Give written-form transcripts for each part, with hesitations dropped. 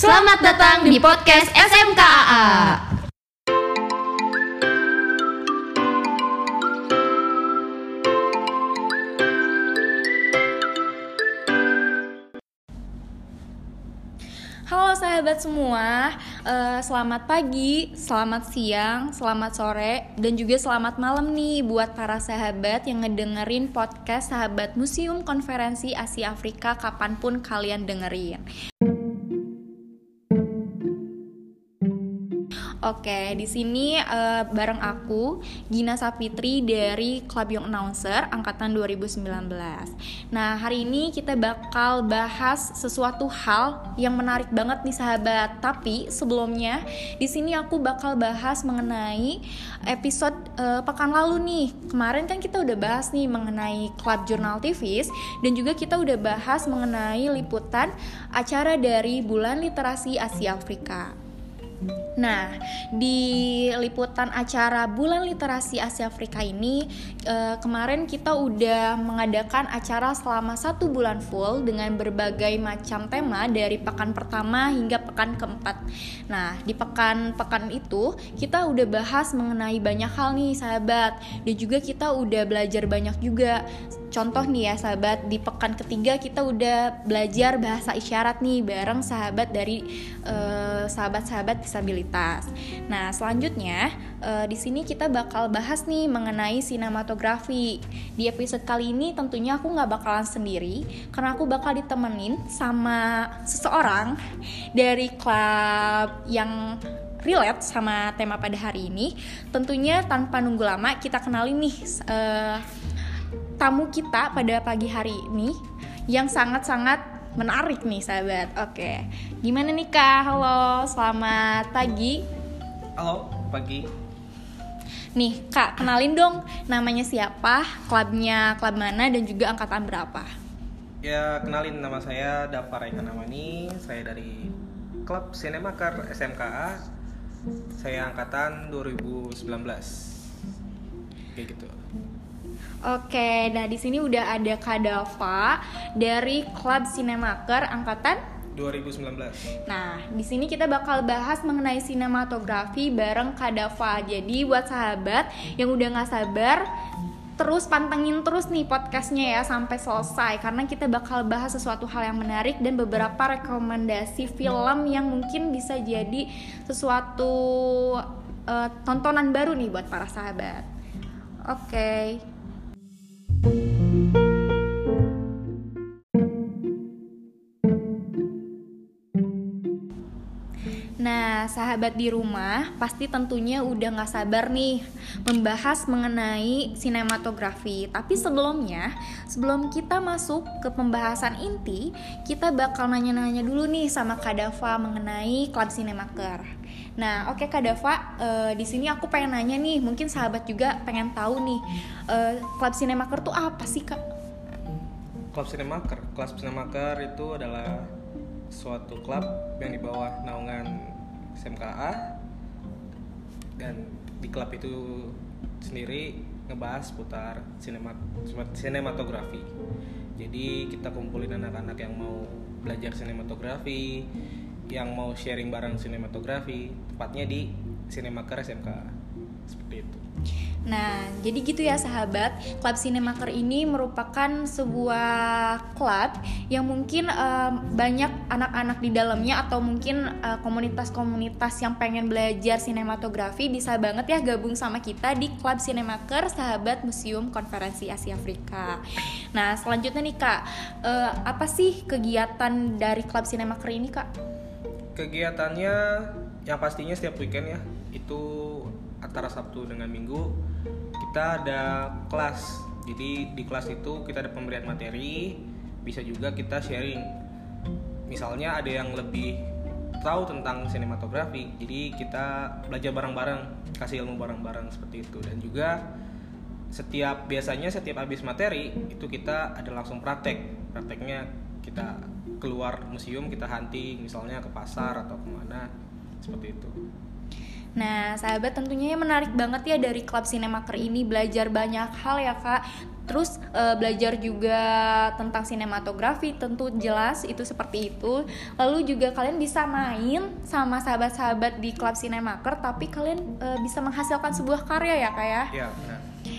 Selamat datang di podcast SMKAA. Halo sahabat semua, selamat pagi, selamat siang, selamat sore, dan juga selamat malam nih buat para sahabat yang ngedengerin podcast Sahabat Museum Konferensi Asia Afrika kapanpun kalian dengerin. Oke, di sini bareng aku Gina Sapitri dari Club Young Announcer angkatan 2019. Nah, hari ini kita bakal bahas sesuatu hal yang menarik banget nih sahabat. Tapi sebelumnya di sini aku bakal bahas mengenai episode pekan lalu nih. Kemarin kan kita udah bahas nih mengenai Club Jurnal TVs dan juga kita udah bahas mengenai liputan acara dari Bulan Literasi Asia Afrika. Nah, di liputan acara Bulan Literasi Asia Afrika ini kemarin kita udah mengadakan acara selama 1 bulan full dengan berbagai macam tema dari pekan pertama hingga pekan keempat. Nah, di pekan-pekan itu kita udah bahas mengenai banyak hal nih sahabat, dan juga kita udah belajar banyak juga. Contoh nih ya sahabat, di pekan ketiga kita udah belajar bahasa isyarat nih bareng sahabat dari sahabat-sahabat disabilitas. Nah selanjutnya di sini kita bakal bahas nih mengenai sinematografi. Di episode kali ini tentunya aku nggak bakalan sendiri, karena aku bakal ditemenin sama seseorang dari klub yang relate sama tema pada hari ini. Tentunya tanpa nunggu lama kita kenalin nih tamu kita pada pagi hari ini yang sangat-sangat menarik nih sahabat. Oke, gimana nih Kak? Halo, selamat pagi. Halo, pagi. Nih Kak, kenalin dong namanya siapa, klubnya klub mana, dan juga angkatan berapa? Ya, kenalin, nama saya Dava Raihan Amani. Saya dari Klub Sinemaker SMKA. Saya angkatan 2019. Kayak gitu. Oke, nah di sini udah ada Kak Dava dari Klub Sinemaker angkatan 2019. Nah, di sini kita bakal bahas mengenai sinematografi bareng Kak Dava. Jadi buat sahabat yang udah nggak sabar, terus pantengin terus nih podcastnya ya sampai selesai, karena kita bakal bahas sesuatu hal yang menarik dan beberapa rekomendasi film yang mungkin bisa jadi sesuatu tontonan baru nih buat para sahabat. Oke. Nah, sahabat di rumah pasti tentunya udah gak sabar nih membahas mengenai sinematografi. Tapi sebelum kita masuk ke pembahasan inti, kita bakal nanya-nanya dulu nih sama Kak Dava mengenai Klub Sinemaker. Nah, oke Kak Dava, di sini aku pengen nanya nih, mungkin sahabat juga pengen tahu nih, Klub Sinemaker tuh apa sih Kak? Klub Sinemaker itu adalah suatu klub yang di bawah naungan SMKA, dan di klub itu sendiri ngebahas putar sinematografi. Jadi kita kumpulin anak-anak yang mau belajar sinematografi, yang mau sharing bareng sinematografi, tepatnya di Sinemaker SMKA. Seperti itu. Nah, jadi gitu ya sahabat, Klub Sinemaker ini merupakan sebuah klub yang mungkin banyak anak-anak di dalamnya, atau mungkin komunitas-komunitas yang pengen belajar sinematografi bisa banget ya gabung sama kita di Klub Sinemaker Sahabat Museum Konferensi Asia Afrika. Nah, selanjutnya nih Kak, apa sih kegiatan dari Klub Sinemaker ini Kak? Kegiatannya yang pastinya setiap weekend ya, itu antara Sabtu dengan Minggu kita ada kelas. Jadi di kelas itu kita ada pemberian materi, bisa juga kita sharing. Misalnya ada yang lebih tahu tentang sinematografi, jadi kita belajar bareng-bareng, kasih ilmu bareng-bareng seperti itu. Dan juga biasanya setiap habis materi itu kita ada langsung prakteknya kita keluar museum, kita hunting misalnya ke pasar atau kemana, seperti itu. Nah, sahabat tentunya menarik banget ya dari Klub Sinemaker ini, belajar banyak hal ya Kak. Terus belajar juga tentang sinematografi, tentu jelas itu seperti itu. Lalu juga kalian bisa main sama sahabat-sahabat di klub Cinemaker, tapi kalian bisa menghasilkan sebuah karya ya Kak ya? Iya, benar.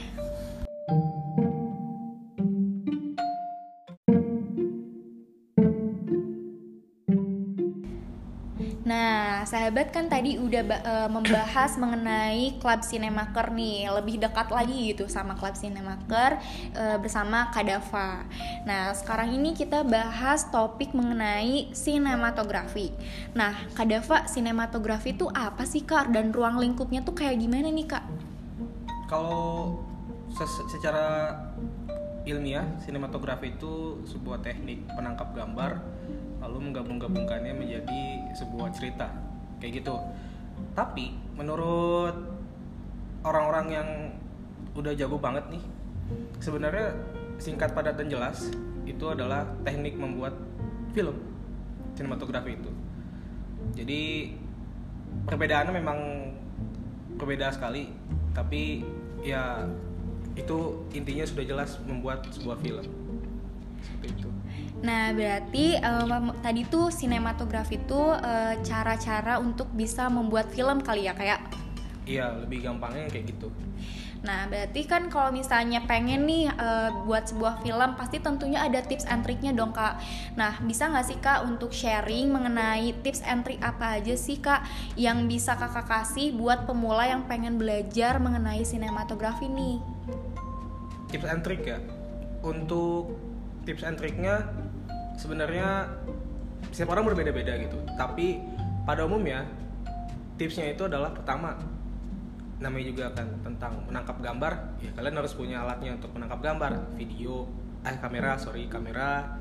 Nah, sahabat kan tadi udah membahas mengenai klub Cinemaker nih, lebih dekat lagi gitu sama klub Cinemaker bersama Kak Dava. Nah, sekarang ini kita bahas topik mengenai sinematografi. Nah, Kak Dava, sinematografi itu apa sih Kak? Dan ruang lingkupnya tuh kayak gimana nih Kak? Kalau secara ilmiah, sinematografi itu sebuah teknik penangkap gambar lalu menggabung-gabungkannya menjadi sebuah cerita kayak gitu. Tapi menurut orang-orang yang udah jago banget nih, sebenarnya singkat, padat, dan jelas itu adalah teknik membuat film sinematografi itu. Jadi perbedaannya memang berbeda sekali, tapi ya itu intinya sudah jelas membuat sebuah film seperti itu. Nah, berarti tadi tuh sinematografi tuh cara-cara untuk bisa membuat film kali ya kayak? Iya, lebih gampangnya kayak gitu. Nah, berarti kan kalau misalnya pengen nih buat sebuah film, pasti tentunya ada tips and triknya dong Kak. Nah, bisa nggak sih Kak untuk sharing mengenai tips and trik apa aja sih Kak yang bisa Kakak kasih buat pemula yang pengen belajar mengenai sinematografi nih? Tips and trik ya. Untuk tips and triknya sebenarnya setiap orang berbeda-beda gitu. Tapi pada umumnya tipsnya itu adalah pertama, namanya juga kan tentang menangkap gambar, ya kalian harus punya alatnya untuk menangkap gambar, kamera,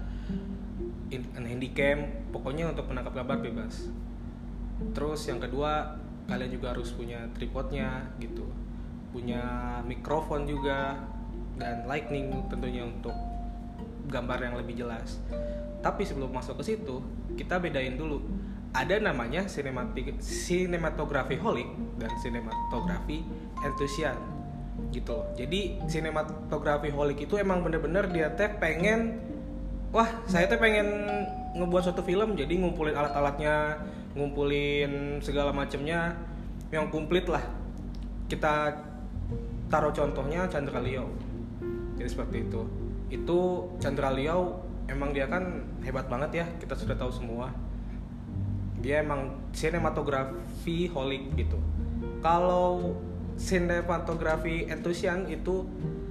handycam, pokoknya untuk menangkap gambar bebas. Terus yang kedua, kalian juga harus punya tripodnya gitu, punya mikrofon juga, dan lighting tentunya untuk gambar yang lebih jelas. Tapi sebelum masuk ke situ, kita bedain dulu. Ada namanya sinematografi holic dan sinematografi enthusiast gitu loh. Jadi sinematografi holic itu emang bener-bener dia teh pengen, saya teh pengen ngebuat suatu film, jadi ngumpulin alat-alatnya, ngumpulin segala macamnya yang komplit lah. Kita taruh contohnya Chandra Liau. Jadi seperti itu. Itu Chandra Liau emang dia kan hebat banget ya, kita sudah tahu semua. Dia emang sinematografi holic gitu. Kalau sinematografi enthusiast itu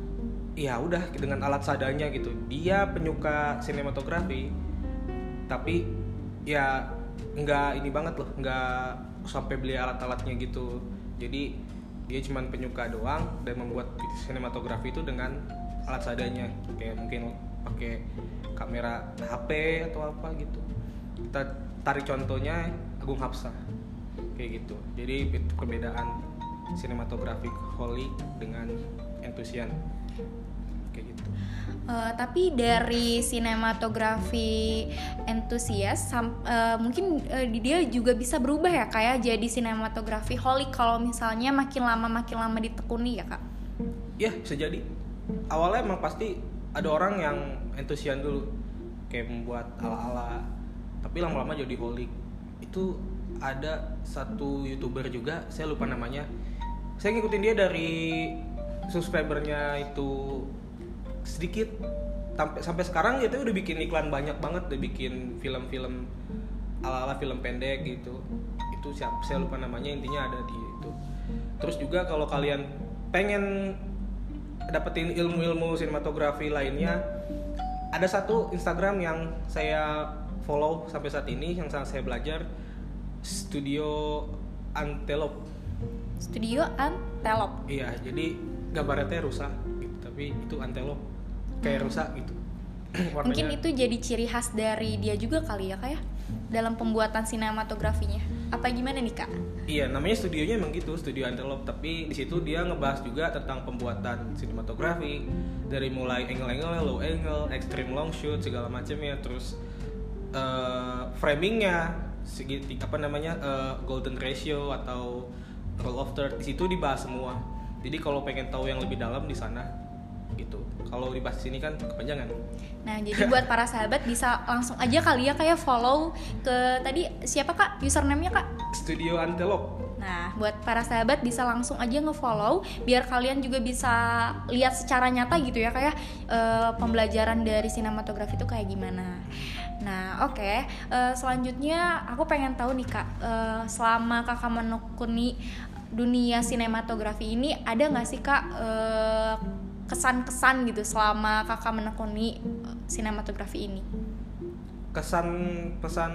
ya udah dengan alat seadanya gitu. Dia penyuka sinematografi, tapi ya nggak ini banget loh, nggak sampai beli alat-alatnya gitu. Jadi dia cuma penyuka doang dan membuat sinematografi itu dengan alat seadanya, kayak mungkin pakai kamera HP atau apa gitu. Kita tarik contohnya Agung Hapsah kayak gitu. Jadi itu perbedaan sinematografi holic dengan enthusiast kayak gitu. Tapi dari sinematografi enthusiast mungkin dia juga bisa berubah ya kayak jadi sinematografi holic kalau misalnya makin lama ditekuni ya Kak? Ya bisa jadi. Awalnya emang pasti ada orang yang enthusiast dulu, kayak membuat ala-ala, tapi lama-lama jadi holic. Itu ada satu YouTuber juga, saya lupa namanya. Saya ngikutin dia dari subscribernya itu sedikit, sampai sekarang dia tuh udah bikin iklan banyak banget, udah bikin film-film ala-ala film pendek gitu. Itu saya lupa namanya, intinya ada di itu. Terus juga kalau kalian pengen dapetin ilmu-ilmu sinematografi lainnya, ada satu Instagram yang saya follow sampai saat ini, yang sangat saya belajar, Studio Antelope. Iya, jadi gambarnya rusa gitu, tapi itu antelope kayak rusa gitu. Mungkin itu jadi ciri khas dari dia juga kali ya Kak ya, dalam pembuatan sinematografinya. Apa gimana nih Kak? Iya, namanya studionya emang gitu, Studio Antelope, tapi di situ dia ngebahas juga tentang pembuatan sinematografi dari mulai angle-angle, low angle, extreme long shoot segala macamnya, terus framingnya, golden ratio atau rule of third, di situ dibahas semua. Jadi kalau pengen tahu yang lebih dalam di sana gitu. Kalau dibahas di sini kan kepanjangan. Nah, jadi buat para sahabat bisa langsung aja kali ya kayak follow ke tadi siapa Kak username-nya Kak? Studio Antelope. Nah, buat para sahabat bisa langsung aja nge-follow biar kalian juga bisa lihat secara nyata gitu ya kayak pembelajaran dari sinematografi itu kayak gimana. Nah, oke. Selanjutnya aku pengen tahu nih Kak, selama Kakak menekuni dunia sinematografi ini ada nggak sih Kak kesan-kesan gitu selama Kakak menekuni sinematografi ini? Kesan-pesan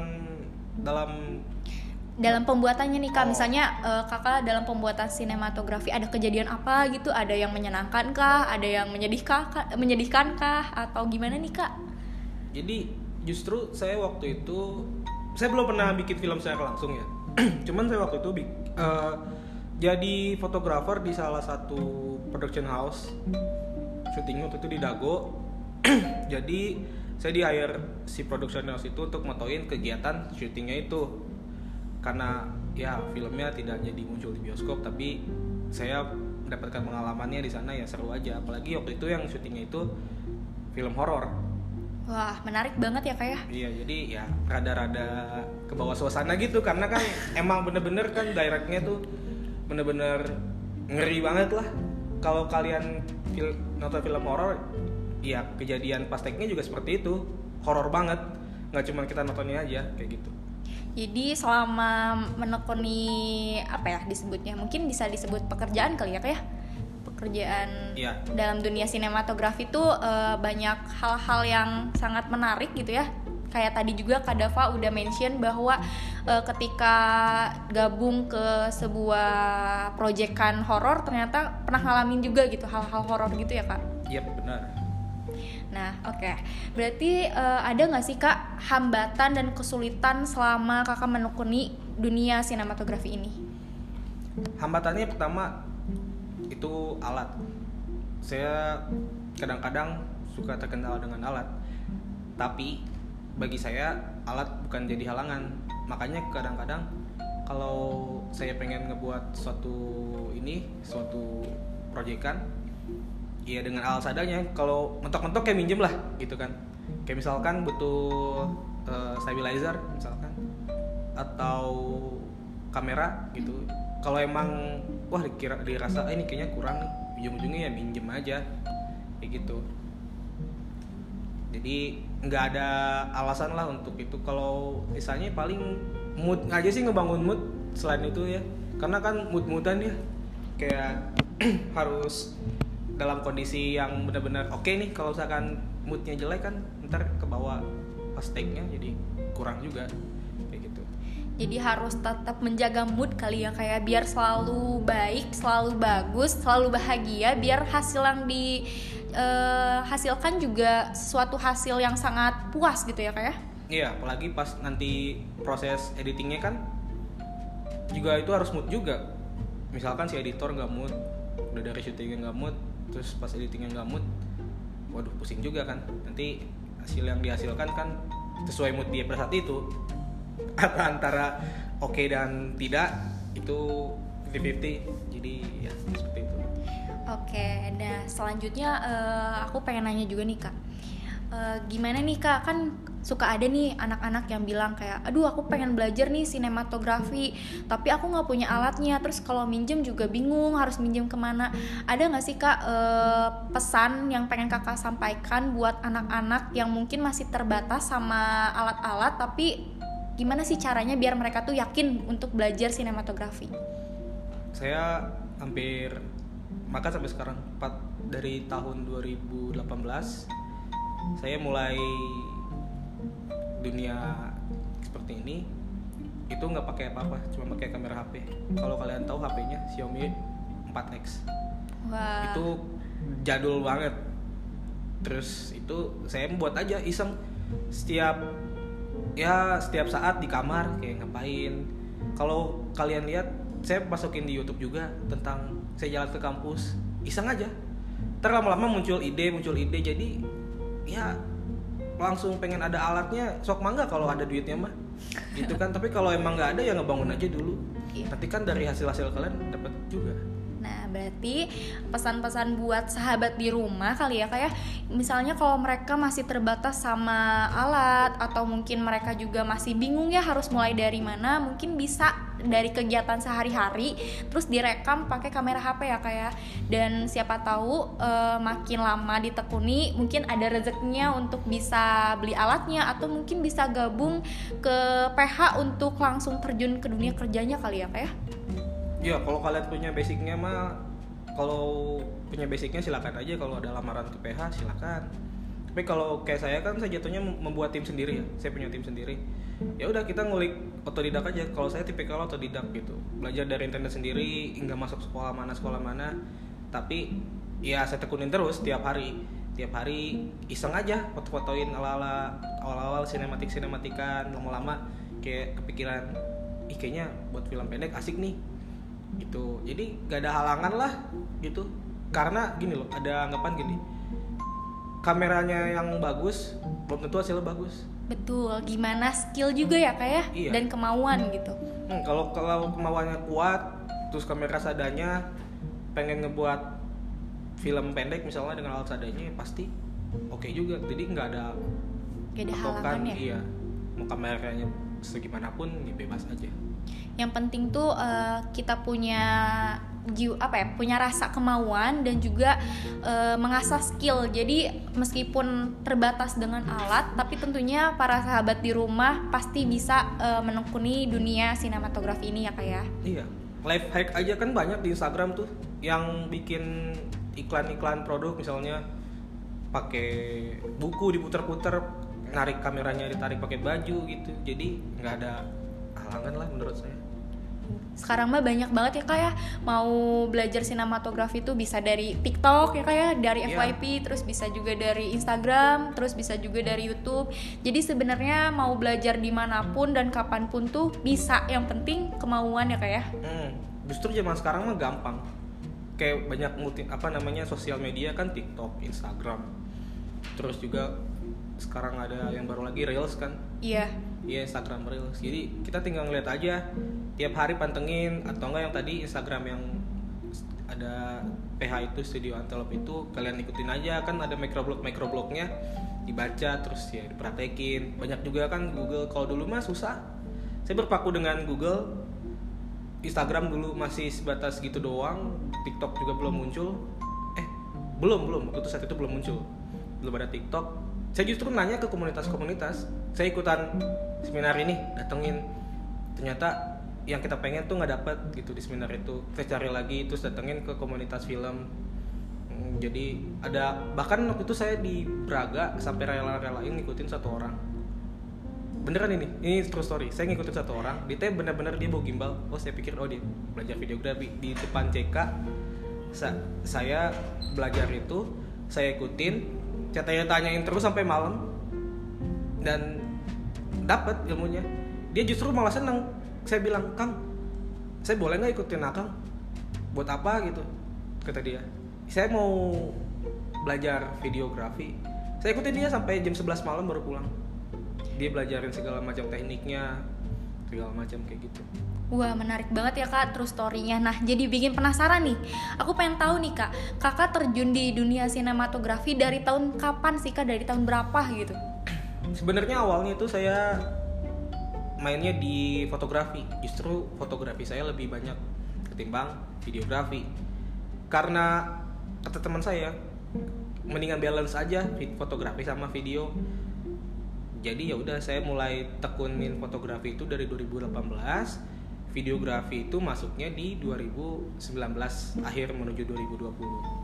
dalam pembuatannya nih Kak, misalnya Kakak dalam pembuatan sinematografi ada kejadian apa gitu, ada yang menyenangkan kah, ada yang menyedihkan kah, atau gimana nih Kak? Jadi justru saya waktu itu saya belum pernah bikin film secara langsung ya. Cuman saya waktu itu jadi fotografer di salah satu production house. Syuting waktu itu di Dago. Jadi saya di-hire si production house itu untuk motoin kegiatan syutingnya itu. Karena ya filmnya tidak jadi muncul di bioskop, tapi saya mendapatkan pengalamannya di sana ya seru aja. Apalagi waktu itu yang syutingnya itu film horor. Wah, menarik banget ya Kak ya? Iya, jadi ya rada-rada ke bawah suasana gitu. Karena kan emang bener-bener kan directnya tuh bener-bener ngeri banget lah. Kalau kalian nonton film horor, ya kejadian pas take-nya juga seperti itu. Horor banget, gak cuma kita nontonnya aja, kayak gitu. Jadi selama menekuni apa ya disebutnya, mungkin bisa disebut pekerjaan kali ya Kak ya? Pekerjaan ya. Dalam dunia sinematografi itu banyak hal-hal yang sangat menarik gitu ya. Kayak tadi juga Kak Dava udah mention bahwa ketika gabung ke sebuah proyekan horor ternyata pernah ngalamin juga gitu hal-hal horor gitu ya Kak? Iya benar. Nah, oke. Berarti ada nggak sih Kak hambatan dan kesulitan selama Kakak menekuni dunia sinematografi ini? Hambatannya pertama itu alat. Saya kadang-kadang suka terkendala dengan alat. Tapi bagi saya alat bukan jadi halangan. Makanya kadang-kadang kalau saya pengen ngebuat suatu proyekan, ya dengan alat seadanya. Kalau mentok-mentok kayak minjem lah gitu kan. Kayak misalkan butuh stabilizer misalkan atau kamera gitu. Kalau emang dirasa ini kayaknya kurang nih, ujung-ujungnya ya minjem aja kayak gitu. Jadi nggak ada alasan lah untuk itu. Kalau misalnya paling mood aja sih, ngebangun mood selain itu ya. Karena kan mood-moodan ya kayak harus dalam kondisi yang benar-benar oke nih. Kalau misalkan moodnya jelek kan ntar ke bawah pas take-nya jadi kurang juga kayak gitu. Jadi harus tetap menjaga mood kali ya kayak biar selalu baik, selalu bagus, selalu bahagia, biar hasil yang dihasilkan juga suatu hasil yang sangat puas gitu ya kayak. Iya, apalagi pas nanti proses editingnya kan juga itu harus mood juga. Misalkan si editor nggak mood, udah dari syutingnya nggak mood, terus pas editingnya nggak mood, waduh pusing juga kan. Nanti hasil yang dihasilkan kan sesuai mood dia pada saat itu. Antara oke dan tidak itu 50-50. Jadi ya seperti itu. Oke, nah selanjutnya aku pengen nanya juga nih Kak. Gimana nih Kak, kan suka ada nih anak-anak yang bilang kayak aduh aku pengen belajar nih sinematografi tapi aku nggak punya alatnya, terus kalau minjem juga bingung harus minjem kemana. Ada nggak sih Kak pesan yang pengen Kakak sampaikan buat anak-anak yang mungkin masih terbatas sama alat-alat, tapi gimana sih caranya biar mereka tuh yakin untuk belajar sinematografi? Saya hampir sampai sekarang dari tahun 2018 saya mulai dunia seperti ini itu nggak pakai apa-apa, cuma pakai kamera HP. Kalau kalian tahu HP-nya Xiaomi 4X. Wah. Itu jadul banget. Terus itu saya buat aja iseng setiap saat di kamar kayak ngapain. Kalau kalian lihat saya masukin di YouTube juga tentang saya jalan ke kampus, iseng aja. Ntar lama-lama muncul ide jadi ya langsung pengen ada alatnya, sok mangga kalau ada duitnya mah gitu kan. Tapi kalau emang nggak ada ya ngebangun aja dulu. Nanti kan dari hasil kalian dapat juga. Nah berarti pesan-pesan buat sahabat di rumah kali ya kayak misalnya kalau mereka masih terbatas sama alat atau mungkin mereka juga masih bingung ya harus mulai dari mana, mungkin bisa dari kegiatan sehari-hari terus direkam pakai kamera HP ya kayak. Dan siapa tahu makin lama ditekuni mungkin ada rezekinya untuk bisa beli alatnya atau mungkin bisa gabung ke PH untuk langsung terjun ke dunia kerjanya kali ya kayak. Ya kalau kalian punya basicnya mah, kalau punya basicnya silakan aja, kalau ada lamaran ke PH silakan. Tapi kalau kayak saya kan saya jatuhnya membuat tim sendiri ya, saya punya tim sendiri. Ya udah kita ngulik otodidak aja. Kalau saya tipikal otodidak gitu, belajar dari internet sendiri, nggak masuk sekolah mana. Tapi ya saya tekunin terus tiap hari iseng aja foto-fotoin awal-awal sinematikan, lama-lama kayak kepikiran, kayaknya buat film pendek asik nih gitu. Jadi gak ada halangan lah gitu, karena gini loh, ada anggapan gini, kameranya yang bagus belum tentu hasilnya bagus. Betul, gimana skill juga ya kayak Iya. dan kemauan gitu. Kalau kemauannya kuat, terus kamera seadanya, pengen ngebuat film pendek misalnya dengan alat seadanya, pasti oke juga. Jadi nggak ada halangan ya. Iya, mau kameranya segimanapun ya bebas aja. Yang penting tuh kita punya punya rasa kemauan dan juga mengasah skill. Jadi meskipun terbatas dengan alat, tapi tentunya para sahabat di rumah pasti bisa menekuni dunia sinematografi ini ya Kak ya. Iya, life hack aja kan banyak di Instagram tuh yang bikin iklan-iklan produk, misalnya pakai buku diputer-puter, narik kameranya ditarik pakai baju gitu. Jadi nggak ada halangan lah menurut saya. Sekarang mah banyak banget ya Kak ya, mau belajar sinematografi tuh bisa dari TikTok ya Kak ya, dari FYP, terus bisa juga dari Instagram, terus bisa juga dari YouTube. Jadi sebenarnya mau belajar dimanapun dan kapanpun tuh bisa, yang penting kemauan ya Kak ya. Justru zaman sekarang mah gampang, kayak banyak sosial media kan, TikTok, Instagram, terus juga sekarang ada yang baru lagi Reels kan. Iya, Instagram Reels. Jadi kita tinggal ngeliat aja, tiap hari pantengin, atau enggak yang tadi Instagram yang ada PH itu, Studio Antelope itu, kalian ikutin aja, kan ada microblognya, dibaca terus ya dipraktekin. Banyak juga kan Google, kalau dulu mah susah. Saya berpaku dengan Google. Instagram dulu masih sebatas gitu doang, TikTok juga belum muncul. Belum, waktu saat itu belum muncul. Belum ada TikTok. Saya justru nanya ke komunitas-komunitas. Saya ikutan seminar ini, datengin. Ternyata yang kita pengen tuh nggak dapet gitu di seminar itu. Saya cari lagi, terus datengin ke komunitas film. Jadi ada, bahkan waktu itu saya di Braga sampai rela-relain ngikutin satu orang. Beneran ini true story. Saya ngikutin satu orang, dia bener-bener dia bawa gimbal. Oh, saya pikir dia belajar videografi di depan CK. Saya belajar itu, saya ikutin. Saya tanyain terus sampai malam dan dapat ilmunya. Dia justru malah senang. Saya bilang, "Kang, saya boleh nggak ikutin Akang? Buat apa gitu?" Kata dia. "Saya mau belajar videografi." Saya ikutin dia sampai jam 11 malam baru pulang. Dia belajarin segala macam tekniknya, segala macam kayak gitu. Wah, menarik banget ya Kak true story-nya. Nah, jadi bikin penasaran nih. Aku pengen tahu nih Kak, Kakak terjun di dunia sinematografi dari tahun kapan sih Kak? Dari tahun berapa gitu? Sebenarnya awalnya itu saya mainnya di fotografi. Justru fotografi saya lebih banyak ketimbang videografi. Karena kata teman saya, mendingan balance aja fotografi sama video. Jadi ya udah, saya mulai tekunin fotografi itu dari 2018. Videografi itu masuknya di 2019 akhir menuju 2020.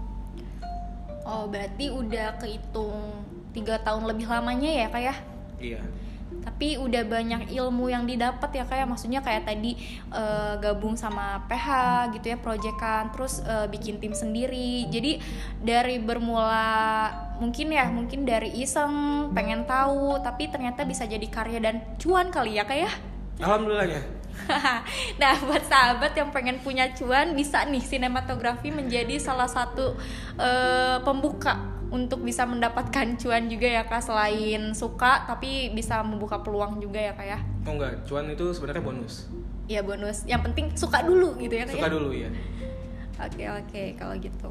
Oh, berarti udah kehitung 3 tahun lebih lamanya ya Kak ya? Iya. Tapi udah banyak ilmu yang didapat ya Kak ya? Maksudnya kayak tadi gabung sama PH gitu ya, proyekan, terus bikin tim sendiri. Jadi dari bermula mungkin dari iseng, pengen tahu, tapi ternyata bisa jadi karya dan cuan kali ya Kak ya? Alhamdulillahnya. Nah, buat sahabat yang pengen punya cuan, bisa nih sinematografi menjadi salah satu pembuka untuk bisa mendapatkan cuan juga ya Kak. Selain suka, tapi bisa membuka peluang juga ya Kak ya. Oh enggak, cuan itu sebenarnya bonus. Iya, bonus. Yang penting suka dulu gitu ya Kak. Suka dulu ya. Oke, kalau gitu.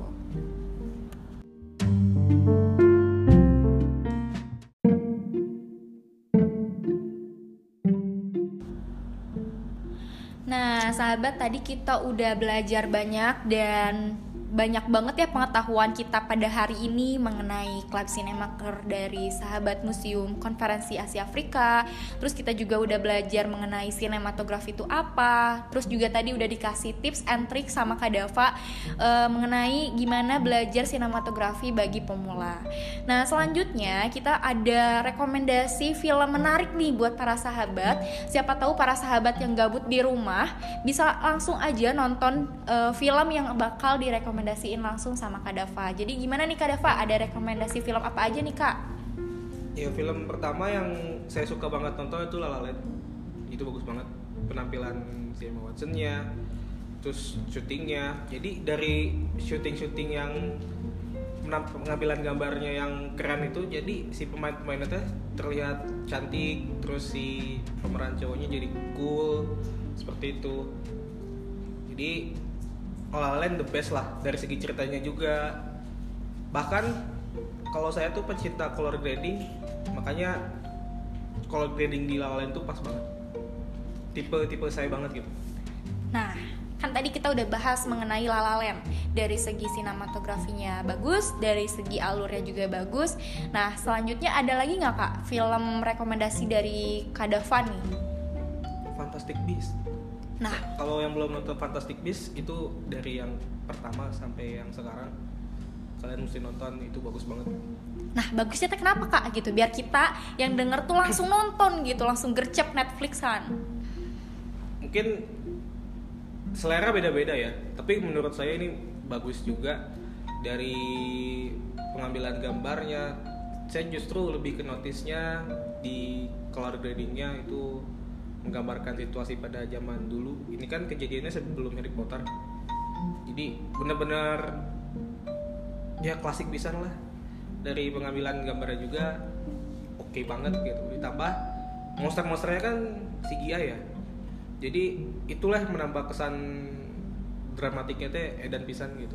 Nah, sahabat, tadi kita udah belajar banyak dan banyak banget ya pengetahuan kita pada hari ini mengenai Club Cinemaker dari sahabat Museum Konferensi Asia Afrika. Terus kita juga udah belajar mengenai sinematografi itu apa. Terus juga tadi udah dikasih tips and trick sama Kak Dava mengenai gimana belajar sinematografi bagi pemula. Nah, selanjutnya kita ada rekomendasi film menarik nih buat para sahabat. Siapa tahu para sahabat yang gabut di rumah bisa langsung aja nonton film yang bakal direkomendasiin langsung sama Kak Dava. Jadi gimana nih Kak Dava? Ada rekomendasi film apa aja nih Kak? Ya, film pertama yang saya suka banget nonton itu La La Land. Itu bagus banget penampilan si Emma Watson-nya, terus syutingnya. Jadi dari syuting yang pengambilan gambarnya yang keren itu, jadi si pemain-pemainnya terlihat cantik, terus si pemeran cowoknya jadi cool seperti itu. Jadi La La Land the best lah dari segi ceritanya juga. Bahkan kalau saya tuh pecinta color grading, makanya color grading di La La Land tuh pas banget. Tipe saya banget gitu. Nah, kan tadi kita udah bahas mengenai La La Land. Dari segi sinematografinya bagus, dari segi alurnya juga bagus. Nah, selanjutnya ada lagi nggak Kak film rekomendasi dari Kak Dava nih? Fantastic Beasts. Nah, kalau yang belum nonton Fantastic Beasts itu dari yang pertama sampai yang sekarang, kalian mesti nonton, itu bagus banget. Nah, bagusnya tuh kenapa Kak gitu? Biar kita yang denger tuh langsung nonton gitu, langsung gercep Netflix kan. Mungkin selera beda-beda ya, tapi menurut saya ini bagus juga. Dari pengambilan gambarnya, saya justru lebih ke notice-nya di color grading-nya itu menggambarkan situasi pada zaman dulu. Ini kan kejadiannya sebelum Harry Potter. Jadi benar-benar ya klasik pisan lah. Dari pengambilan gambarnya juga oke banget gitu. Ditambah monster-monsternya kan CGI ya. Jadi itulah menambah kesan dramatiknya teh edan pisan gitu.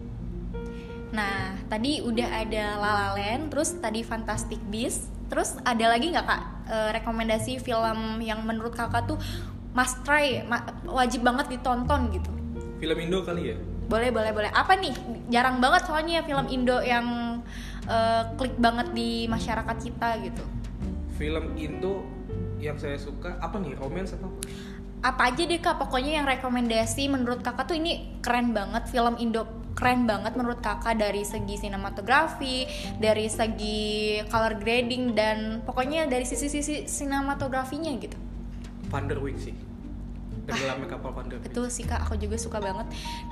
Nah, tadi udah ada La La Land, terus tadi Fantastic Beasts. Terus ada lagi nggak Kak rekomendasi film yang menurut Kakak tuh must try, wajib banget ditonton gitu? Film Indo kali ya? Boleh. Apa nih? Jarang banget soalnya film Indo yang klik banget di masyarakat kita gitu. Film Indo yang saya suka apa nih? Romance apa? Apa aja deh Kak, pokoknya yang rekomendasi menurut Kakak tuh ini keren banget, film Indo keren banget menurut Kakak dari segi sinematografi, dari segi color grading, dan pokoknya dari sisi-sisi sinematografinya gitu. Van der Wijk sih. Tenggelamnya kapal Van der Wijk. Betul sih Kak, aku juga suka banget.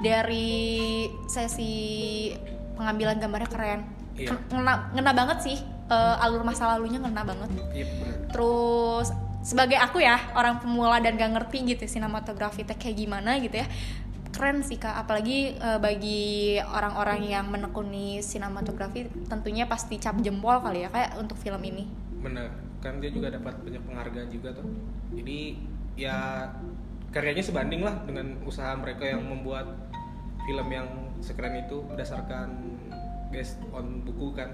Dari sesi pengambilan gambarnya keren. Iya. Ngena banget sih, alur masa lalunya ngena banget. Iya benar. Terus sebagai aku ya, orang pemula dan gak ngerti gitu sinematografi teh kayak gimana gitu ya, keren sih Kak. Apalagi bagi orang-orang yang menekuni sinematografi tentunya pasti cap jempol kali ya kayak untuk film ini. Bener, kan dia juga dapat banyak penghargaan juga tuh. Jadi ya karyanya sebanding lah dengan usaha mereka yang membuat film yang sekeren itu berdasarkan based on buku kan.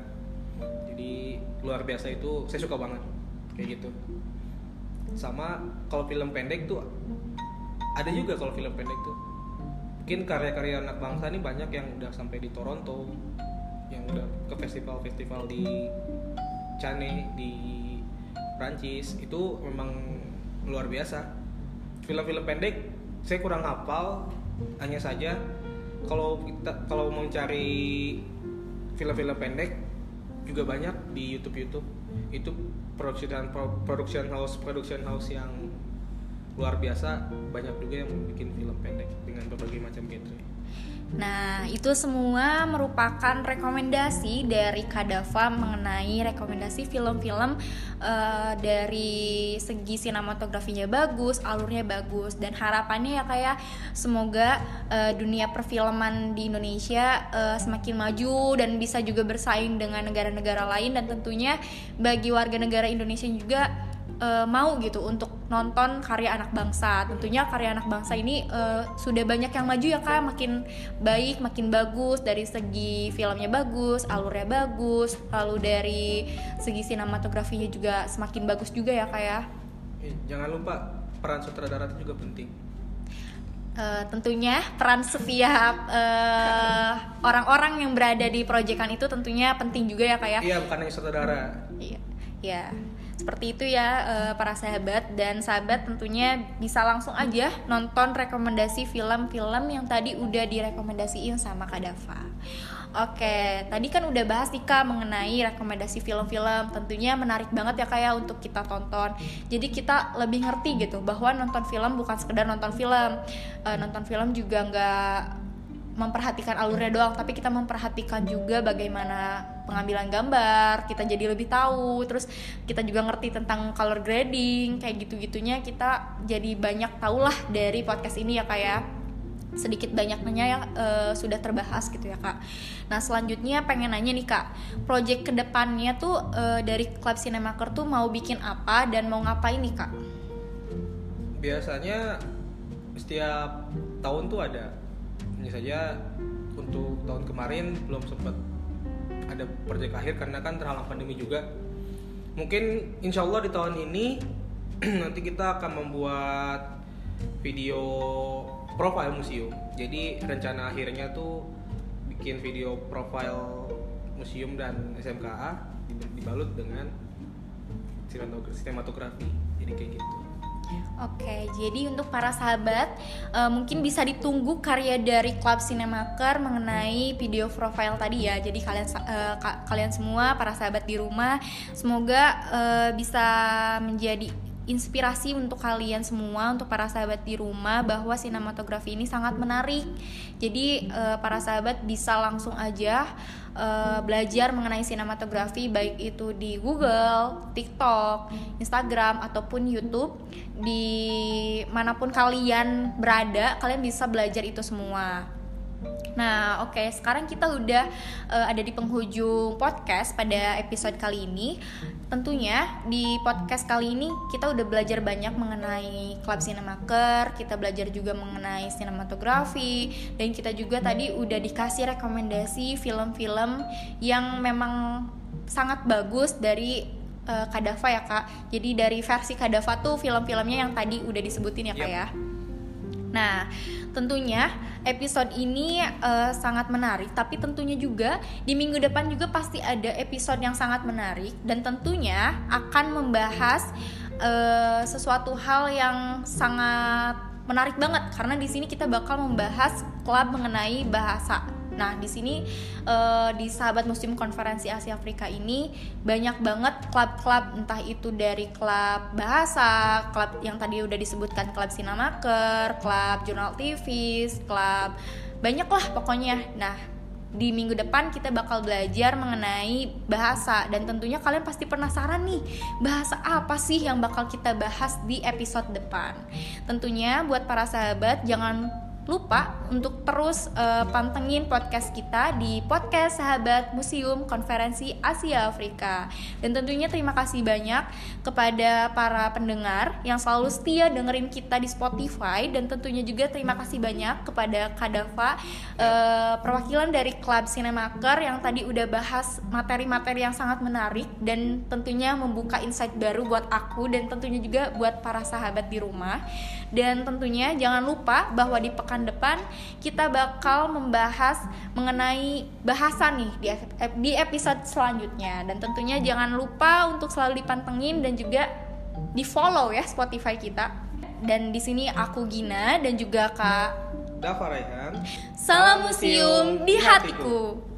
Jadi luar biasa, itu saya suka banget kayak gitu. Sama kalau film pendek tuh ada juga, kalau film pendek tuh mungkin karya-karya anak bangsa ini banyak yang udah sampai di Toronto, yang udah ke festival-festival di Cannes di Prancis. Itu memang luar biasa. Film-film pendek saya kurang hafal, hanya saja kalau mau mencari film-film pendek juga banyak di YouTube. Itu production house yang luar biasa, banyak juga yang bikin film pendek dengan berbagai macam genre. Nah, itu semua merupakan rekomendasi dari Kak Dava mengenai rekomendasi film-film dari segi sinematografinya bagus, alurnya bagus, dan harapannya ya kayak semoga dunia perfilman di Indonesia semakin maju dan bisa juga bersaing dengan negara-negara lain, dan tentunya bagi warga negara Indonesia juga mau gitu untuk nonton karya anak bangsa. Tentunya karya anak bangsa ini sudah banyak yang maju ya Kak, makin baik, makin bagus, dari segi filmnya bagus, alurnya bagus, lalu dari segi sinematografinya juga semakin bagus juga ya Kak ya. Jangan lupa peran sutradara itu juga penting. Tentunya peran setiap orang-orang yang berada di proyekan itu tentunya penting juga ya Kak ya. Iya, bukan hanya sutradara. Iya, ya. Seperti itu ya para sahabat. Dan sahabat tentunya bisa langsung aja nonton rekomendasi film-film yang tadi udah direkomendasiin sama Kak Dava. Oke, tadi kan udah bahas nih Kak mengenai rekomendasi film-film. Tentunya menarik banget ya Kak ya untuk kita tonton. Jadi kita lebih ngerti gitu bahwa nonton film bukan sekedar nonton film. Nonton film juga nggak memperhatikan alurnya doang, tapi kita memperhatikan juga bagaimana pengambilan gambar, kita jadi lebih tahu, terus kita juga ngerti tentang color grading, kayak gitu-gitunya kita jadi banyak tahu lah dari podcast ini ya Kak ya. Sedikit banyaknya ya sudah terbahas gitu ya Kak. Nah selanjutnya pengen nanya nih Kak, project kedepannya tuh dari Club Cinemaker tuh mau bikin apa dan mau ngapain nih Kak? Biasanya setiap tahun tuh ada. Hanya saja untuk tahun kemarin belum sempat ada proyek akhir karena kan terhalang pandemi juga. Mungkin insya Allah di tahun ini nanti kita akan membuat video profile museum. Jadi rencana akhirnya tuh bikin video profile museum dan SMKA dibalut dengan sinematografi. Jadi kayak gitu. Oke, jadi untuk para sahabat mungkin bisa ditunggu karya dari Club Cinemaker mengenai video profile tadi ya. Jadi kalian semua para sahabat di rumah semoga bisa menjadi inspirasi untuk kalian semua, untuk para sahabat di rumah, bahwa sinematografi ini sangat menarik. Jadi para sahabat bisa langsung aja belajar mengenai sinematografi, baik itu di Google, TikTok, Instagram ataupun YouTube. Di manapun kalian berada, kalian bisa belajar itu semua. Nah, oke, sekarang kita udah ada di penghujung podcast pada episode kali ini. Tentunya di podcast kali ini kita udah belajar banyak mengenai Club Cinemaker, kita belajar juga mengenai sinematografi, dan kita juga tadi udah dikasih rekomendasi film-film yang memang sangat bagus dari Kak Dava ya Kak. Jadi dari versi Kak Dava tuh film-filmnya yang tadi udah disebutin ya Kak ya. Nah, tentunya episode ini sangat menarik, tapi tentunya juga di minggu depan juga pasti ada episode yang sangat menarik, dan tentunya akan membahas sesuatu hal yang sangat menarik banget, karena di sini kita bakal membahas klub mengenai bahasa. Nah, di sini di Sahabat Museum Konferensi Asia Afrika ini banyak banget klub-klub, entah itu dari klub bahasa, klub yang tadi udah disebutkan klub Cinemaker, klub jurnal TVs, klub banyak lah pokoknya. Nah, di minggu depan kita bakal belajar mengenai bahasa, dan tentunya kalian pasti penasaran nih, bahasa apa sih yang bakal kita bahas di episode depan. Tentunya buat para sahabat jangan lupa untuk terus pantengin podcast kita di podcast Sahabat Museum Konferensi Asia Afrika. Dan tentunya terima kasih banyak kepada para pendengar yang selalu setia dengerin kita di Spotify, dan tentunya juga terima kasih banyak kepada Kak Dava, perwakilan dari Club Cinemaker yang tadi udah bahas materi-materi yang sangat menarik dan tentunya membuka insight baru buat aku dan tentunya juga buat para sahabat di rumah. Dan tentunya jangan lupa bahwa di pekan depan kita bakal membahas mengenai bahasa nih di episode selanjutnya. Dan tentunya jangan lupa untuk selalu dipantengin dan juga di follow ya Spotify kita. Dan di sini aku Gina dan juga Kak Dava Raihan. Salam Museum di hatiku.